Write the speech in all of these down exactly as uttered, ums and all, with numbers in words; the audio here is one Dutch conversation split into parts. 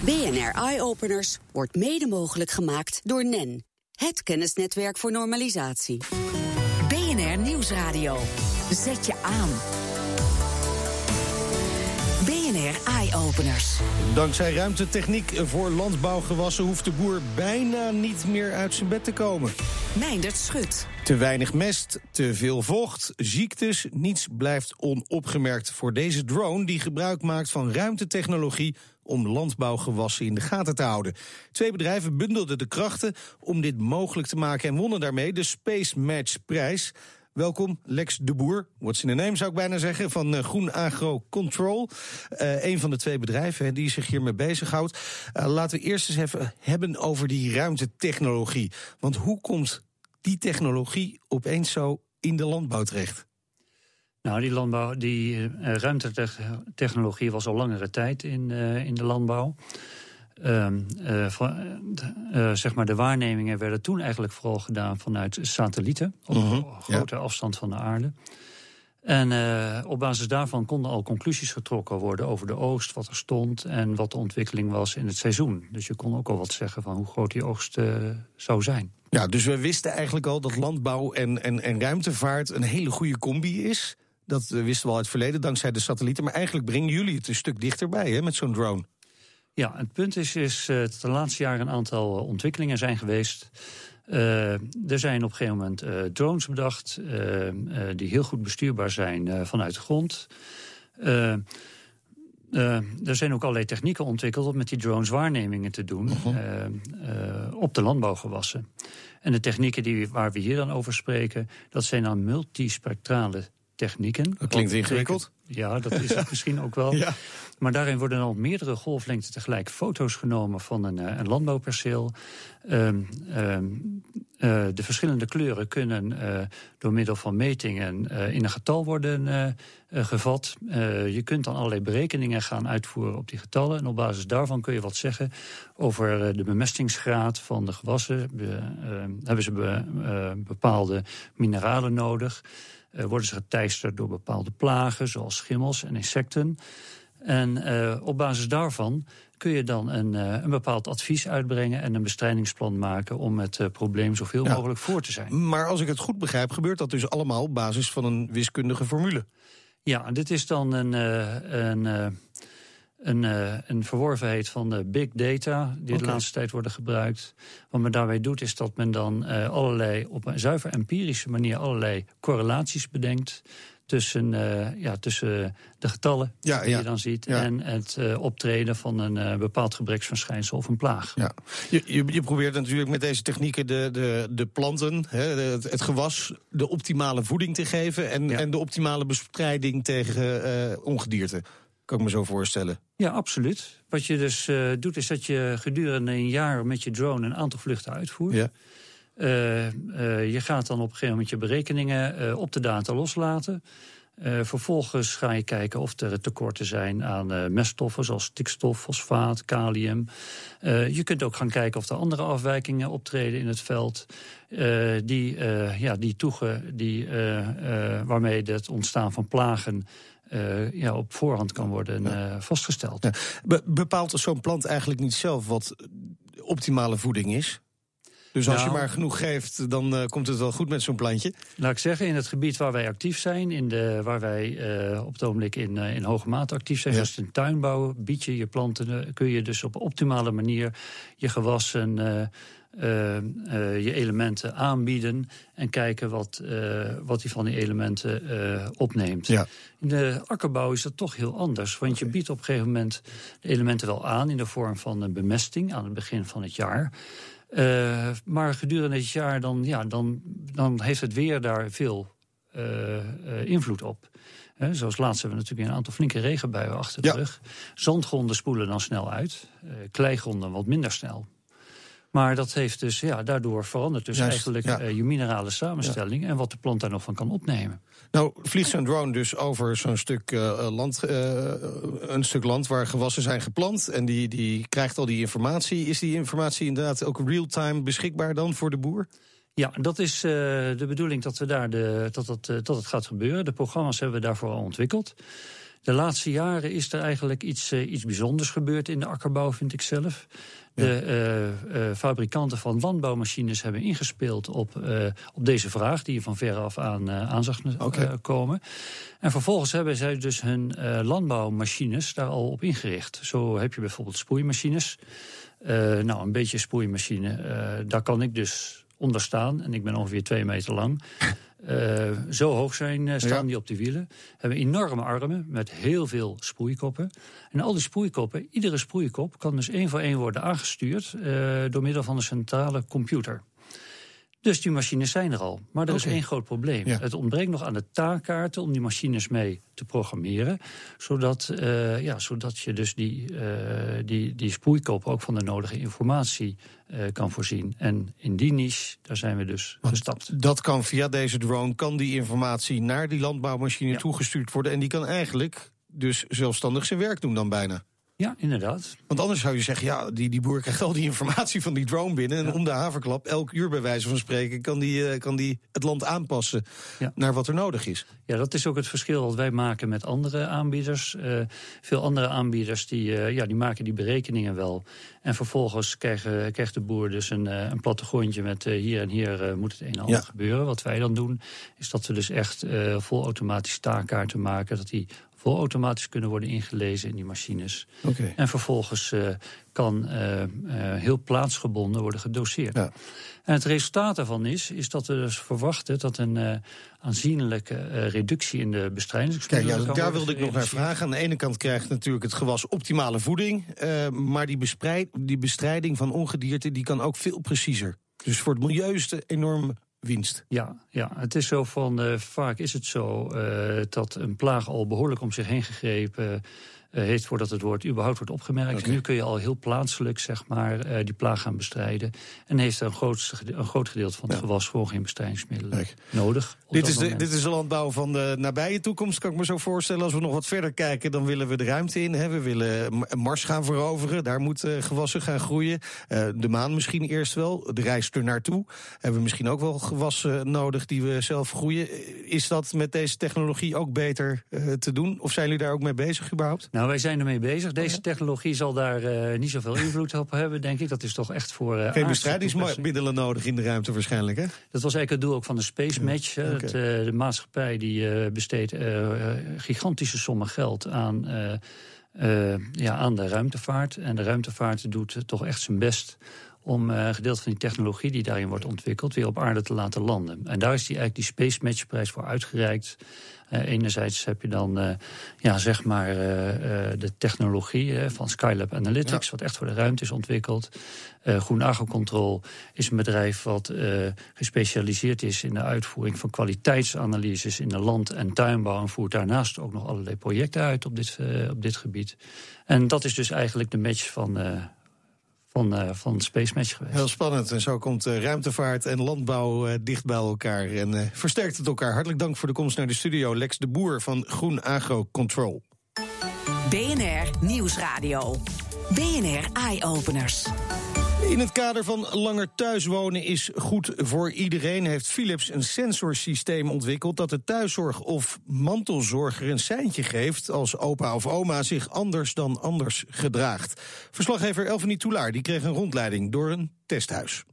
B N R Eye-Openers wordt mede mogelijk gemaakt door N E N, het kennisnetwerk voor normalisatie. B N R Nieuwsradio. Zet je aan. B N R Eye-Openers. Dankzij ruimtetechniek voor landbouwgewassen hoeft de boer bijna niet meer uit zijn bed te komen. Meindert Schut. Te weinig mest, te veel vocht, ziektes, niets blijft onopgemerkt voor deze drone die gebruik maakt van ruimtetechnologie om landbouwgewassen in de gaten te houden. Twee bedrijven bundelden de krachten om dit mogelijk te maken en wonnen daarmee de Space Match prijs. Welkom, Lex de Boer, what's in the name zou ik bijna zeggen, van uh, Groen Agro Control. Uh, een van de twee bedrijven he, die zich hiermee bezighoudt. Uh, laten we eerst eens even hebben over die ruimtetechnologie. Want hoe komt die technologie opeens zo in de landbouw terecht? Nou, die, landbouw, die uh, ruimtetechnologie was al langere tijd in, uh, in de landbouw. Uh, uh, van, uh, zeg maar de waarnemingen werden toen eigenlijk vooral gedaan vanuit satellieten op mm-hmm, grote ja. afstand van de aarde. En uh, op basis daarvan konden al conclusies getrokken worden over de oogst, wat er stond en wat de ontwikkeling was in het seizoen. Dus je kon ook al wat zeggen van hoe groot die oogst uh, zou zijn. Ja, dus we wisten eigenlijk al dat landbouw en, en, en ruimtevaart een hele goede combi is. Dat uh, wisten we al uit het verleden dankzij de satellieten. Maar eigenlijk brengen jullie het een stuk dichterbij hè, met zo'n drone. Ja, het punt is, is uh, dat de laatste jaren een aantal uh, ontwikkelingen zijn geweest. Uh, er zijn op een gegeven moment uh, drones bedacht uh, uh, die heel goed bestuurbaar zijn uh, vanuit de grond. Uh, uh, er zijn ook allerlei technieken ontwikkeld om met die drones waarnemingen te doen uh-huh. uh, uh, op de landbouwgewassen. En de technieken die, waar we hier dan over spreken, dat zijn dan multispectrale technieken. Dat klinkt ingewikkeld. Ja, dat is het misschien ook wel. Ja. Maar daarin worden dan op meerdere golflengten tegelijk foto's genomen van een, een landbouwperceel. Um, um, uh, de verschillende kleuren kunnen uh, door middel van metingen uh, in een getal worden uh, uh, gevat. Uh, je kunt dan allerlei berekeningen gaan uitvoeren op die getallen. En op basis daarvan kun je wat zeggen over uh, de bemestingsgraad van de gewassen. Uh, uh, hebben ze be, uh, bepaalde mineralen nodig? Uh, worden ze geteisterd door bepaalde plagen, zoals schimmels en insecten. En uh, op basis daarvan kun je dan een, uh, een bepaald advies uitbrengen en een bestrijdingsplan maken om het uh, probleem zoveel ja. mogelijk voor te zijn. Maar als ik het goed begrijp, gebeurt dat dus allemaal op basis van een wiskundige formule? Ja, dit is dan een, uh, een, uh, een, uh, een verworvenheid van de big data die okay. de laatste tijd worden gebruikt. Wat men daarbij doet is dat men dan uh, allerlei op een zuiver empirische manier allerlei correlaties bedenkt tussen, uh, ja, tussen de getallen ja, die ja. je dan ziet ja. en het uh, optreden van een uh, bepaald gebreksverschijnsel of een plaag. Ja. Je, je, je probeert natuurlijk met deze technieken de, de, de planten, hè, het, het gewas, de optimale voeding te geven en, ja. en de optimale bestrijding tegen uh, ongedierte. Kan ik me zo voorstellen. Ja, absoluut. Wat je dus uh, doet is dat je gedurende een jaar met je drone een aantal vluchten uitvoert. Ja. Uh, uh, je gaat dan op een gegeven moment je berekeningen uh, op de data loslaten. Uh, vervolgens ga je kijken of er tekorten zijn aan uh, meststoffen zoals stikstof, fosfaat, kalium. Uh, je kunt ook gaan kijken of er andere afwijkingen optreden in het veld. Uh, die, uh, ja, die toege, die, uh, uh, waarmee het ontstaan van plagen Uh, ja, op voorhand kan worden uh, vastgesteld. Ja. Be- bepaalt zo'n plant eigenlijk niet zelf wat optimale voeding is? Dus als nou, je maar genoeg geeft, dan uh, komt het wel goed met zo'n plantje? Laat ik zeggen, in het gebied waar wij actief zijn, in de, waar wij uh, op het ogenblik in, uh, in hoge mate actief zijn, ja. dus in tuinbouw, bied je je planten, uh, kun je dus op optimale manier je gewassen, uh, uh, uh, je elementen aanbieden en kijken wat, uh, wat die van die elementen uh, opneemt. Ja. In de akkerbouw is dat toch heel anders, want okay. je biedt op een gegeven moment de elementen wel aan in de vorm van een bemesting aan het begin van het jaar. Uh, maar gedurende het jaar dan, ja, dan, dan heeft het weer daar veel uh, uh, invloed op. Uh, zoals laatst hebben we natuurlijk een aantal flinke regenbuien achter de ja. rug. Zandgronden spoelen dan snel uit, uh, kleigronden wat minder snel. Maar dat heeft dus, ja, daardoor verandert dus Juist, eigenlijk ja. uh, je minerale samenstelling ja. en wat de plant daar nog van kan opnemen. Nou, vliegt zo'n drone dus over zo'n stuk uh, land, uh, een stuk land waar gewassen zijn geplant en die, die krijgt al die informatie. Is die informatie inderdaad ook real-time beschikbaar dan voor de boer? Ja, dat is uh, de bedoeling dat, we daar de, dat, dat, uh, dat het gaat gebeuren. De programma's hebben we daarvoor al ontwikkeld. De laatste jaren is er eigenlijk iets, uh, iets bijzonders gebeurd in de akkerbouw, vind ik zelf. De uh, uh, fabrikanten van landbouwmachines hebben ingespeeld op, uh, op deze vraag, die je van veraf aan uh, aan zag uh, okay. komen. En vervolgens hebben zij dus hun uh, landbouwmachines daar al op ingericht. Zo heb je bijvoorbeeld sproeimachines. Uh, nou, een beetje sproeimachine, uh, daar kan ik dus onder staan. En ik ben ongeveer twee meter lang. Uh, zo hoog zijn, uh, staan ja. die op de wielen. Hebben enorme armen met heel veel sproeikoppen. En al die sproeikoppen, iedere sproeikop kan dus één voor één worden aangestuurd uh, door middel van een centrale computer. Dus die machines zijn er al. Maar er okay. is één groot probleem. Ja. Het ontbreekt nog aan de taakkaarten om die machines mee te programmeren. Zodat, uh, ja, zodat je dus die, uh, die, die sproeikop ook van de nodige informatie uh, kan voorzien. En in die niche, daar zijn we dus Want gestapt. Dat kan via deze drone, kan die informatie naar die landbouwmachine ja. toegestuurd worden. En die kan eigenlijk dus zelfstandig zijn werk doen dan bijna. Ja, inderdaad. Want anders zou je zeggen, ja, die, die boer krijgt al die informatie van die drone binnen. En ja. om de haverklap, elk uur bij wijze van spreken, kan die, uh, kan die het land aanpassen ja. naar wat er nodig is. Ja, dat is ook het verschil wat wij maken met andere aanbieders. Uh, veel andere aanbieders die, uh, ja, die maken die berekeningen wel. En vervolgens krijgen, krijgt de boer dus een, uh, een plattegrondje met uh, hier en hier uh, moet het een en ander ja. gebeuren. Wat wij dan doen, is dat we dus echt uh, volautomatische taakkaarten maken, dat die volautomatisch kunnen worden ingelezen in die machines. Okay. En vervolgens uh, kan uh, uh, heel plaatsgebonden worden gedoseerd. Ja. En het resultaat daarvan is, is dat we dus verwachten dat een uh, aanzienlijke uh, reductie in de bestrijdingsmiddelen. Kijk, ja, daar wilde ik nog naar vragen. Aan de ene kant krijgt natuurlijk het gewas optimale voeding, uh, maar die, bespreid, die bestrijding van ongedierte die kan ook veel preciezer. Dus voor het milieu is het enorm winst. Ja, ja, het is zo van, uh, vaak is het zo uh, dat een plaag al behoorlijk om zich heen gegrepen uh, heeft voordat het woord überhaupt wordt opgemerkt. Okay. Nu kun je al heel plaatselijk, zeg maar, uh, die plaag gaan bestrijden. En heeft er een, grootste, een groot gedeelte van het ja. gewas gewoon geen bestrijdingsmiddelen Kijk. nodig. Dit is, de, dit is de landbouw van de nabije toekomst, kan ik me zo voorstellen. Als we nog wat verder kijken, dan willen we de ruimte in. Hè. We willen Mars gaan veroveren, daar moeten gewassen gaan groeien. Uh, de maan misschien eerst wel, de reis er naartoe. Hebben we misschien ook wel gewassen nodig die we zelf groeien. Is dat met deze technologie ook beter uh, te doen? Of zijn jullie daar ook mee bezig überhaupt? Nou, wij zijn ermee bezig. Deze technologie zal daar uh, niet zoveel invloed op hebben, denk ik. Dat is toch echt voor uh, geen bestrijdingsmiddelen nodig in de ruimte waarschijnlijk, hè? Dat was eigenlijk het doel ook van de Space Match. Ja, okay. het, uh, de maatschappij die uh, besteedt uh, gigantische sommen geld aan, uh, uh, ja, aan de ruimtevaart. En de ruimtevaart doet uh, toch echt zijn best om uh, een gedeelte van die technologie die daarin wordt ontwikkeld weer op aarde te laten landen. En daar is die eigenlijk die Space Match prijs voor uitgereikt. Uh, enerzijds heb je dan uh, ja, zeg maar uh, uh, de technologie uh, van Skylab Analytics, ja. wat echt voor de ruimte is ontwikkeld. Uh, Groen Agro-Control is een bedrijf wat uh, gespecialiseerd is in de uitvoering van kwaliteitsanalyses in de land- en tuinbouw en voert daarnaast ook nog allerlei projecten uit op dit, uh, op dit gebied. En dat is dus eigenlijk de match van Uh, Van, uh, van Space Match geweest. Heel spannend. En zo komt uh, ruimtevaart en landbouw uh, dicht bij elkaar. En uh, versterkt het elkaar. Hartelijk dank voor de komst naar de studio. Lex de Boer van Groen Agro Control. B N R Nieuwsradio. B N R Eye-Openers. In het kader van langer thuiswonen is goed voor iedereen heeft Philips een sensorsysteem ontwikkeld dat de thuiszorg of mantelzorger een seintje geeft als opa of oma zich anders dan anders gedraagt. Verslaggever Elfanie Toulaar die kreeg een rondleiding door een testhuis.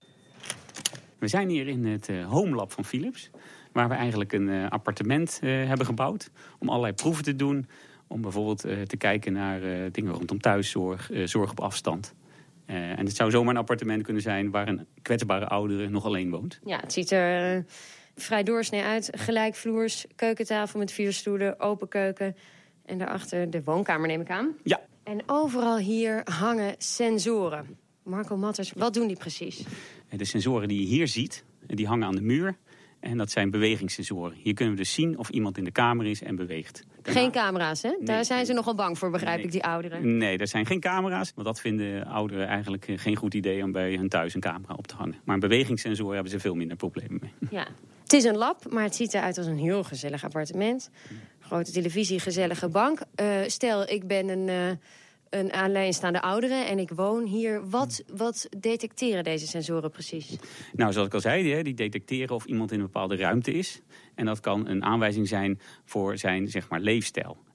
We zijn hier in het uh, Home Lab van Philips, waar we eigenlijk een uh, appartement uh, hebben gebouwd om allerlei proeven te doen, om bijvoorbeeld uh, te kijken naar uh, dingen rondom thuiszorg, uh, zorg op afstand. Uh, en het zou zomaar een appartement kunnen zijn waar een kwetsbare oudere nog alleen woont. Ja, het ziet er uh, vrij doorsnee uit. Gelijkvloers, keukentafel met vier stoelen, open keuken. En daarachter de woonkamer, neem ik aan. Ja. En overal hier hangen sensoren. Marco Matters, wat doen die precies? De sensoren die je hier ziet, die hangen aan de muur. En dat zijn bewegingssensoren. Hier kunnen we dus zien of iemand in de kamer is en beweegt. Daarna... Geen camera's, hè? Daar nee, zijn ze nogal bang voor, begrijp nee. ik, die ouderen. Nee, er zijn geen camera's. Want dat vinden ouderen eigenlijk geen goed idee om bij hun thuis een camera op te hangen. Maar een bewegingssensor hebben ze veel minder problemen mee. Ja, het is een lab, maar het ziet eruit als een heel gezellig appartement. Grote televisie, gezellige bank. Uh, stel, ik ben een... Uh, een alleenstaande oudere en ik woon hier. Wat, wat detecteren deze sensoren precies? Nou, zoals ik al zei, die detecteren of iemand in een bepaalde ruimte is. En dat kan een aanwijzing zijn voor zijn zeg maar, leefstijl.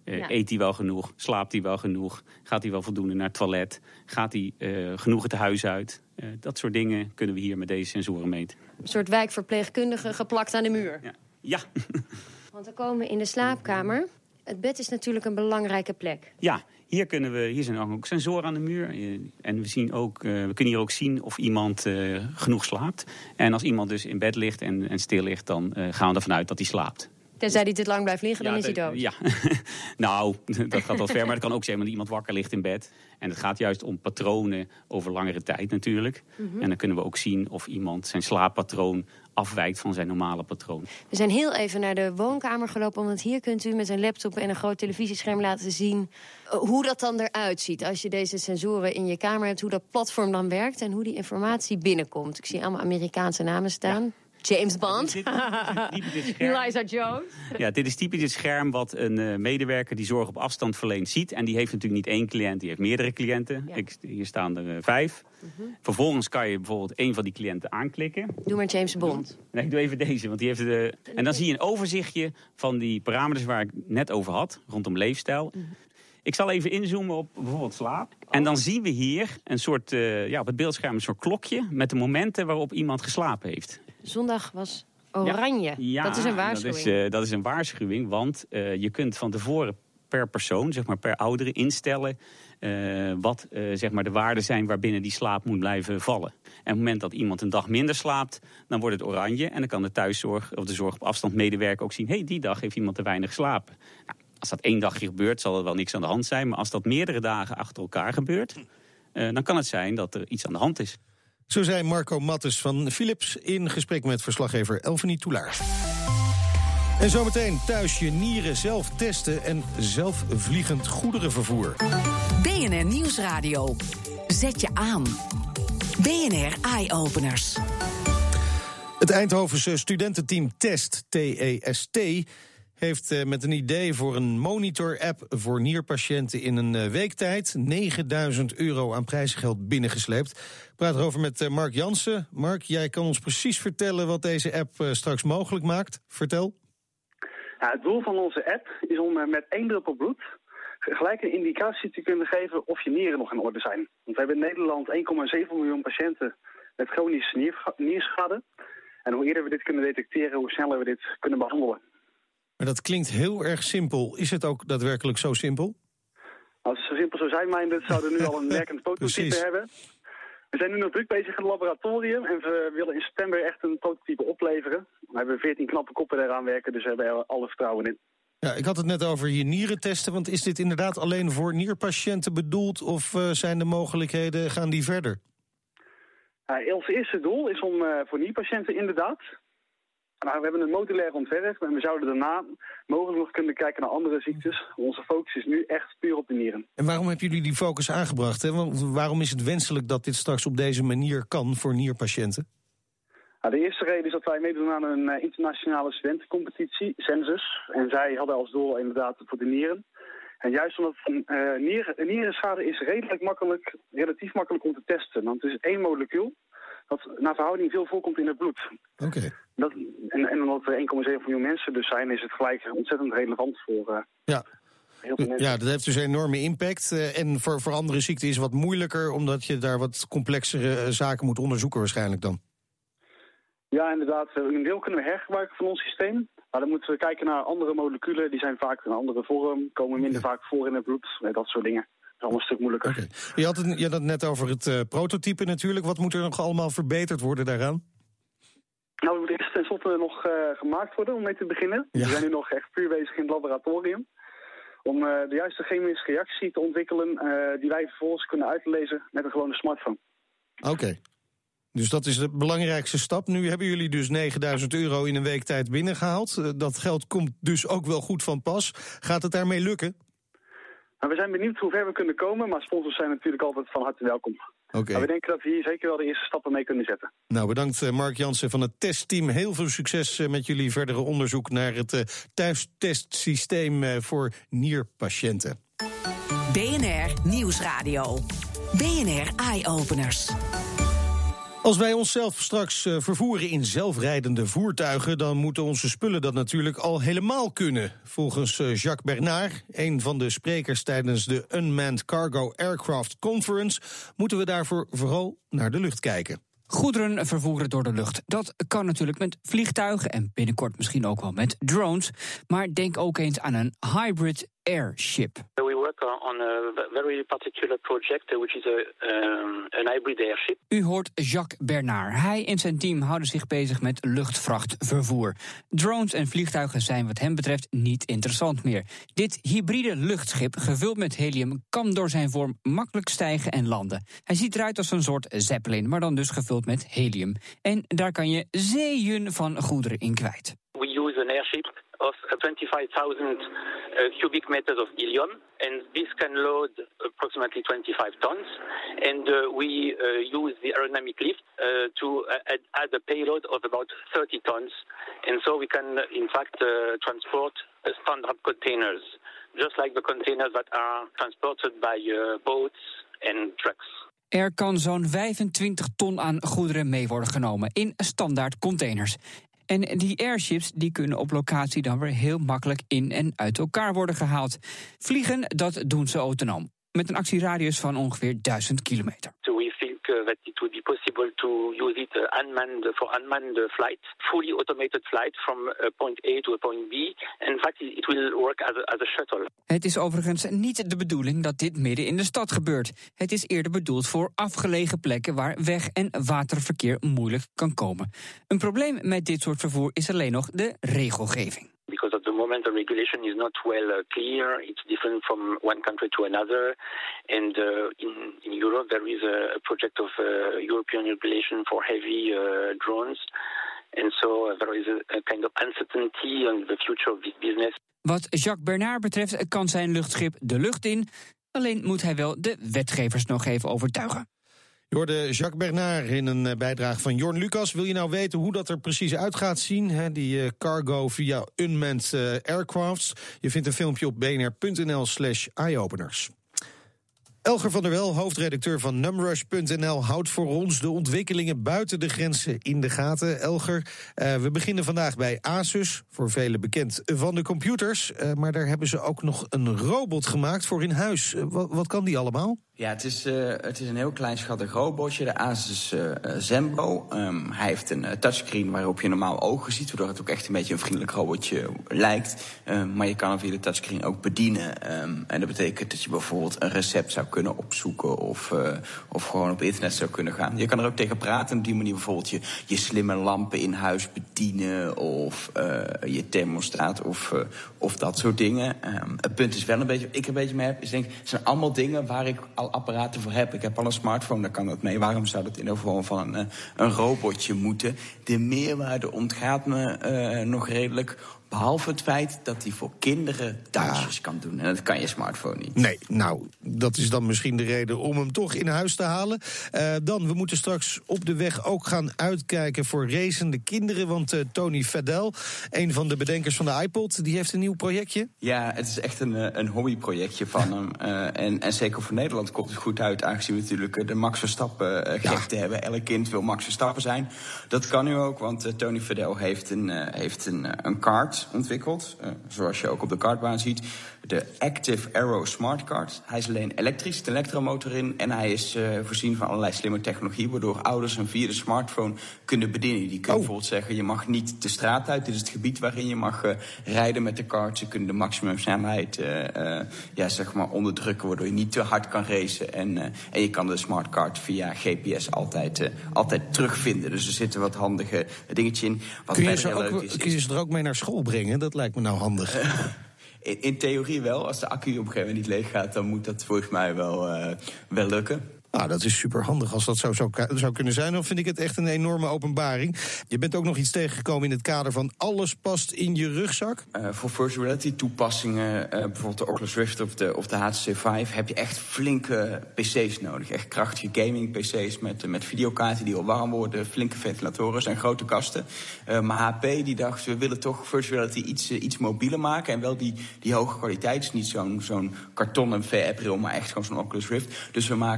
Uh, ja. Eet hij wel genoeg? Slaapt hij wel genoeg? Gaat hij wel voldoende naar het toilet? Gaat hij uh, genoeg het huis uit? Uh, dat soort dingen kunnen we hier met deze sensoren meten. Een soort wijkverpleegkundige geplakt aan de muur. Ja. ja. Want we komen in de slaapkamer. Het bed is natuurlijk een belangrijke plek. Ja, hier, kunnen we, hier zijn ook sensoren aan de muur. En we, zien ook, uh, we kunnen hier ook zien of iemand uh, genoeg slaapt. En als iemand dus in bed ligt en, en stil ligt, dan uh, gaan we ervan uit dat hij slaapt. Tenzij hij te lang blijft liggen, ja, dan is hij dood. Ja, nou, dat gaat wel ver. Maar het kan ook zijn dat iemand wakker ligt in bed. En het gaat juist om patronen over langere tijd natuurlijk. Mm-hmm. En dan kunnen we ook zien of iemand zijn slaappatroon afwijkt van zijn normale patroon. We zijn heel even naar de woonkamer gelopen, want hier kunt u met een laptop en een groot televisiescherm laten zien hoe dat dan eruit ziet. Als je deze sensoren in je kamer hebt, hoe dat platform dan werkt en hoe die informatie binnenkomt. Ik zie allemaal Amerikaanse namen staan. Ja. James Bond, dit, dit, dit, dit Eliza Jones. Ja, dit is typisch het scherm wat een uh, medewerker die zorg op afstand verleent ziet. En die heeft natuurlijk niet één cliënt, die heeft meerdere cliënten. Ja. Ik, hier staan er uh, vijf. Uh-huh. Vervolgens kan je bijvoorbeeld één van die cliënten aanklikken. Doe maar James Bond. Nee, ik doe even deze, want die heeft de. En dan zie je een overzichtje van die parameters waar ik net over had, rondom leefstijl. Uh-huh. Ik zal even inzoomen op bijvoorbeeld slaap. Oh. En dan zien we hier een soort, uh, ja, op het beeldscherm een soort klokje met de momenten waarop iemand geslapen heeft. Zondag was oranje. Ja, ja, dat is een waarschuwing. Dat is, uh, dat is een waarschuwing, want uh, je kunt van tevoren per persoon, zeg maar per oudere, instellen uh, wat uh, zeg maar de waarden zijn waarbinnen die slaap moet blijven vallen. En op het moment dat iemand een dag minder slaapt, dan wordt het oranje. En dan kan de thuiszorg of de zorg op afstand medewerker ook zien, hé, hey, die dag heeft iemand te weinig geslapen. Nou, als dat één dagje gebeurt, zal er wel niks aan de hand zijn. Maar als dat meerdere dagen achter elkaar gebeurt, uh, dan kan het zijn dat er iets aan de hand is. Zo zei Marco Mattes van Philips in gesprek met verslaggever Elfanie Toulaar. En zometeen thuis je nieren zelf testen en zelfvliegend goederenvervoer. B N R Nieuwsradio. Zet je aan. B N R Eye-openers. Het Eindhovense studententeam TEST, T E S T... heeft met een idee voor een monitor-app voor nierpatiënten in een week tijd negenduizend euro aan prijzengeld binnengesleept. Ik praat erover met Mark Jansen. Mark, jij kan ons precies vertellen wat deze app straks mogelijk maakt. Vertel. Ja, het doel van onze app is om met één druppel bloed gelijk een indicatie te kunnen geven of je nieren nog in orde zijn. Want we hebben in Nederland één komma zeven miljoen patiënten met chronische nier, nierschade. En hoe eerder we dit kunnen detecteren, hoe sneller we dit kunnen behandelen. Maar dat klinkt heel erg simpel. Is het ook daadwerkelijk zo simpel? Als het zo simpel zou zijn, Meindert, zouden we nu al een werkend prototype hebben. We zijn nu nog druk bezig in het laboratorium en we willen in september echt een prototype opleveren. We hebben veertien knappe koppen eraan werken, dus we hebben er alle vertrouwen in. Ja, ik had het net over je nieren testen, want is dit inderdaad alleen voor nierpatiënten bedoeld of uh, zijn de mogelijkheden, gaan die verder? Uh, ons eerste doel is om uh, voor nierpatiënten inderdaad. Nou, we hebben een modulair ontwerp en we zouden daarna mogelijk nog kunnen kijken naar andere ziektes. Onze focus is nu echt puur op de nieren. En waarom hebben jullie die focus aangebracht? Hè? Want waarom is het wenselijk dat dit straks op deze manier kan voor nierpatiënten? Nou, de eerste reden is dat wij meedoen aan een uh, internationale studentencompetitie, Census. En zij hadden als doel inderdaad voor de nieren. En juist omdat een uh, nier, een nierenschade is redelijk makkelijk, relatief makkelijk om te testen. Want het is één molecuul dat naar verhouding veel voorkomt in het bloed. Oké. Okay. Dat, en, en omdat er één komma zeven miljoen mensen dus zijn, is het gelijk ontzettend relevant voor uh, ja. heel veel mensen. Ja, dat heeft dus een enorme impact. Uh, en voor, voor andere ziekten is het wat moeilijker, omdat je daar wat complexere uh, zaken moet onderzoeken waarschijnlijk dan. Ja, inderdaad. Een deel kunnen we hergebruiken van ons systeem. Maar dan moeten we kijken naar andere moleculen. Die zijn vaak een andere vorm, komen minder ja. vaak voor in het bloed. Dat soort dingen. Dat is allemaal een stuk moeilijker. Okay. Je had het, je had het net over het uh, prototype natuurlijk. Wat moet er nog allemaal verbeterd worden daaraan? Nou, het moet eerst tenslotte nog uh, gemaakt worden om mee te beginnen. Ja. We zijn nu nog echt puur bezig in het laboratorium. Om uh, de juiste chemische reactie te ontwikkelen uh, die wij vervolgens kunnen uitlezen met een gewone smartphone. Oké. Okay. Dus dat is de belangrijkste stap. Nu hebben jullie dus negenduizend euro in een week tijd binnengehaald. Dat geld komt dus ook wel goed van pas. Gaat het daarmee lukken? Nou, we zijn benieuwd hoe ver we kunnen komen, maar sponsors zijn natuurlijk altijd van harte welkom. Okay. Maar we denken dat we hier zeker wel de eerste stappen mee kunnen zetten. Nou, bedankt Mark Jansen van het testteam. Heel veel succes met jullie verdere onderzoek naar het thuistestsysteem voor nierpatiënten. B N R Nieuwsradio. B N R Eye-openers. Als wij onszelf straks uh, vervoeren in zelfrijdende voertuigen, dan moeten onze spullen dat natuurlijk al helemaal kunnen. Volgens uh, Jacques Bernard, een van de sprekers tijdens de Unmanned Cargo Aircraft Conference, moeten we daarvoor vooral naar de lucht kijken. Goederen vervoeren door de lucht. Dat kan natuurlijk met vliegtuigen en binnenkort misschien ook wel met drones. Maar denk ook eens aan een hybrid airship. We work on a very particular project, which is a, um, an hybrid airship. U hoort Jacques Bernard. Hij en zijn team houden zich bezig met luchtvrachtvervoer. Drones en vliegtuigen zijn wat hem betreft niet interessant meer. Dit hybride luchtschip, gevuld met helium, kan door zijn vorm makkelijk stijgen en landen. Hij ziet eruit als een soort zeppelin, maar dan dus gevuld met helium. En daar kan je zeeën van goederen in kwijt. We use an airship of twenty-five thousand uh, cubic meters of helium, and this can load approximately twenty-five tons. And uh, we uh, use the aerodynamic lift uh, to uh, add, add a payload of about thirty tons. And so we can, uh, in fact, uh, transport uh, standard containers, just like the containers that are transported by uh, boats and trucks. Er kan zo'n vijfentwintig ton aan goederen mee worden genomen in standaard containers. En die airships die kunnen op locatie dan weer heel makkelijk in en uit elkaar worden gehaald. Vliegen, dat doen ze autonoom. Met een actieradius van ongeveer duizend kilometer. So we think uh, that it would be possible to use it uh, unmanned for unmanned flight, fully automated flight from uh, point A to point B. In fact, it will work as a, as a shuttle. Het is overigens niet de bedoeling dat dit midden in de stad gebeurt. Het is eerder bedoeld voor afgelegen plekken waar weg- en waterverkeer moeilijk kan komen. Een probleem met dit soort vervoer is alleen nog de regelgeving. Because at the moment the regulation is not well uh, clear. It's different from one country to another. And uh, in, in Europe there is a, a project of uh, European regulation for heavy uh, drones. And so uh, there is a, a kind of uncertainty on the future of this business. Wat Jacques Bernard betreft kan zijn luchtschip de lucht in. Alleen moet hij wel de wetgevers nog even overtuigen. Je hoorde Jacques Bernard in een bijdrage van Jorn Lucas. Wil je nou weten hoe dat er precies uit gaat zien? Hè, die uh, cargo via unmanned uh, aircrafts. Je vindt een filmpje op bnr.nl slash eyeopeners. Elger van der Wel, hoofdredacteur van numrush punt n l, houdt voor ons de ontwikkelingen buiten de grenzen in de gaten. Elger, uh, we beginnen vandaag bij Asus, voor velen bekend van de computers. Uh, maar daar hebben ze ook nog een robot gemaakt voor in huis. Uh, wat, wat kan die allemaal? Ja, het is, uh, het is een heel kleinschattig robotje, de Asus uh, Zenbo. Um, hij heeft een uh, touchscreen waarop je normaal ogen ziet, waardoor het ook echt een beetje een vriendelijk robotje lijkt. Um, maar je kan hem via de touchscreen ook bedienen. Um, en dat betekent dat je bijvoorbeeld een recept zou kunnen opzoeken of, uh, of gewoon op internet zou kunnen gaan. Je kan er ook tegen praten en op die manier bijvoorbeeld je, je slimme lampen in huis bedienen of uh, je thermostaat of, uh, of dat soort dingen. Um, het punt is wel een beetje, wat ik er een beetje mee heb, is denk, het zijn allemaal dingen waar ik al apparaten voor heb. Ik heb al een smartphone, daar kan dat mee. Waarom zou dat in de vorm van een, een robotje moeten? De meerwaarde ontgaat me uh, nog redelijk. Behalve het feit dat hij voor kinderen dansjes kan doen. En dat kan je smartphone niet. Nee, nou, dat is dan misschien de reden om hem toch in huis te halen. Uh, dan, we moeten straks op de weg ook gaan uitkijken voor racende kinderen. Want uh, Tony Fadell, een van de bedenkers van de iPod, die heeft een nieuw projectje. Ja, het is echt een, een hobbyprojectje van hem. Uh, en, en zeker voor Nederland komt het goed uit, aangezien we natuurlijk de Max Verstappen uh, gek te hebben. Elk kind wil Max Verstappen zijn. Dat kan nu ook, want uh, Tony Fadell heeft een, uh, heeft een, uh, een kart ontwikkeld, uh, zoals je ook op de kartbaan ziet. De Active Aero Smart Kart. Hij is alleen elektrisch, een elektromotor in. En hij is uh, voorzien van allerlei slimme technologie, waardoor ouders hem via de smartphone kunnen bedienen. Die kunnen oh. bijvoorbeeld zeggen, je mag niet de straat uit. Dit is het gebied waarin je mag uh, rijden met de kart. Ze kunnen de maximumsnelheid uh, uh, ja, zeg maar onderdrukken, waardoor je niet te hard kan racen. En, uh, en je kan de smart kart via G P S altijd, uh, altijd terugvinden. Dus er zitten wat handige dingetjes in. Wat kun je, ze, ook, leuk is, kun je ze er ook mee naar school brengen? Dat lijkt me nou handig. Uh, In, in theorie wel. Als de accu op een gegeven moment niet leeg gaat, dan moet dat volgens mij wel, uh, wel lukken. Nou, dat is super handig. Als dat zo zou, zou kunnen zijn, dan vind ik het echt een enorme openbaring. Je bent ook nog iets tegengekomen in het kader van alles past in je rugzak. Uh, voor virtual reality toepassingen, uh, bijvoorbeeld de Oculus Rift of de, of de H T C vijf, heb je echt flinke pc's nodig. Echt krachtige gaming pc's met, met videokaarten die al warm worden, flinke ventilatoren en grote kasten. Uh, maar H P die dacht, we willen toch virtual reality iets, uh, iets mobieler maken. En wel die, die hoge kwaliteit, dus niet zo'n, zo'n kartonnen V R-bril, maar echt gewoon zo'n Oculus Rift. Dus we maken een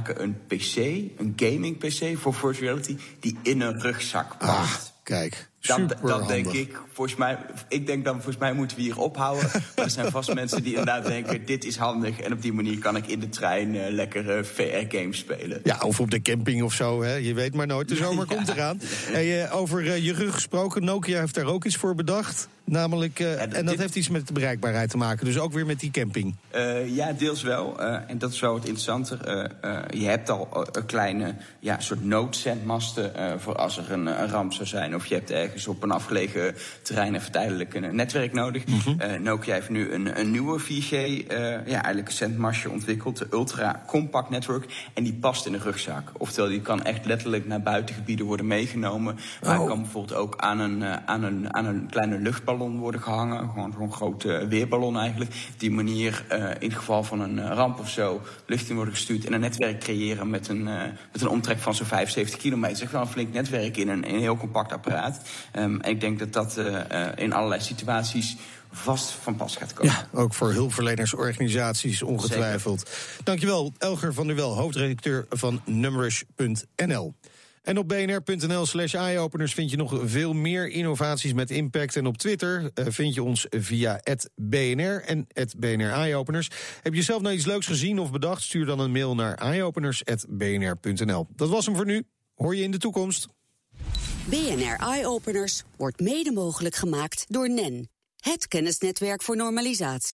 P C, een gaming P C voor virtual reality, die in een rugzak past. Ah, kijk. Dat, dat denk ik, volgens mij, ik denk dan, volgens mij moeten we hier ophouden. Maar er zijn vast mensen die inderdaad denken, dit is handig. En op die manier kan ik in de trein uh, lekker uh, V R-games spelen. Ja, of op de camping of zo, hè. Je weet maar nooit, de zomer ja. komt eraan. Hey, uh, over uh, je rug gesproken, Nokia heeft daar ook iets voor bedacht. Namelijk, uh, ja, d- en dat dit... heeft iets met de bereikbaarheid te maken. Dus ook weer met die camping. Uh, ja, deels wel. Uh, en dat is wel wat interessanter. Uh, uh, je hebt al uh, een kleine ja, soort noodzendmasten uh, voor als er een, een ramp zou zijn. Of je hebt ergens op een afgelegen terrein even tijdelijk een netwerk nodig. Mm-hmm. Uh, Nokia heeft nu een, een nieuwe vier G, uh, ja, eigenlijk een zendmastje ontwikkeld. De Ultra Compact Network. En die past in een rugzak. Oftewel, die kan echt letterlijk naar buitengebieden worden meegenomen. Maar oh. kan bijvoorbeeld ook aan een, uh, aan een, aan een kleine luchtballon worden gehangen. Gewoon zo'n grote weerballon eigenlijk. Op die manier, uh, in het geval van een uh, ramp of zo, lucht in worden gestuurd en een netwerk creëren met een, uh, met een omtrek van zo'n vijfenzeventig kilometer. Dat is wel een flink netwerk in een, in een heel compact apparaat. Um, en ik denk dat dat uh, uh, in allerlei situaties vast van pas gaat komen. Ja, ook voor hulpverlenersorganisaties ongetwijfeld. Zeker. Dankjewel, Elger van der Wel, hoofdredacteur van Numrush punt n l. En op bnr.nl slash eyeopeners vind je nog veel meer innovaties met impact. En op Twitter uh, vind je ons via at B N R en at B N R Eyeopeners. Heb je zelf nou iets leuks gezien of bedacht? Stuur dan een mail naar eyeopeners at b n r punt n l. Dat was hem voor nu. Hoor je in de toekomst. B N R Eyeopeners wordt mede mogelijk gemaakt door N E N. Het kennisnetwerk voor normalisatie.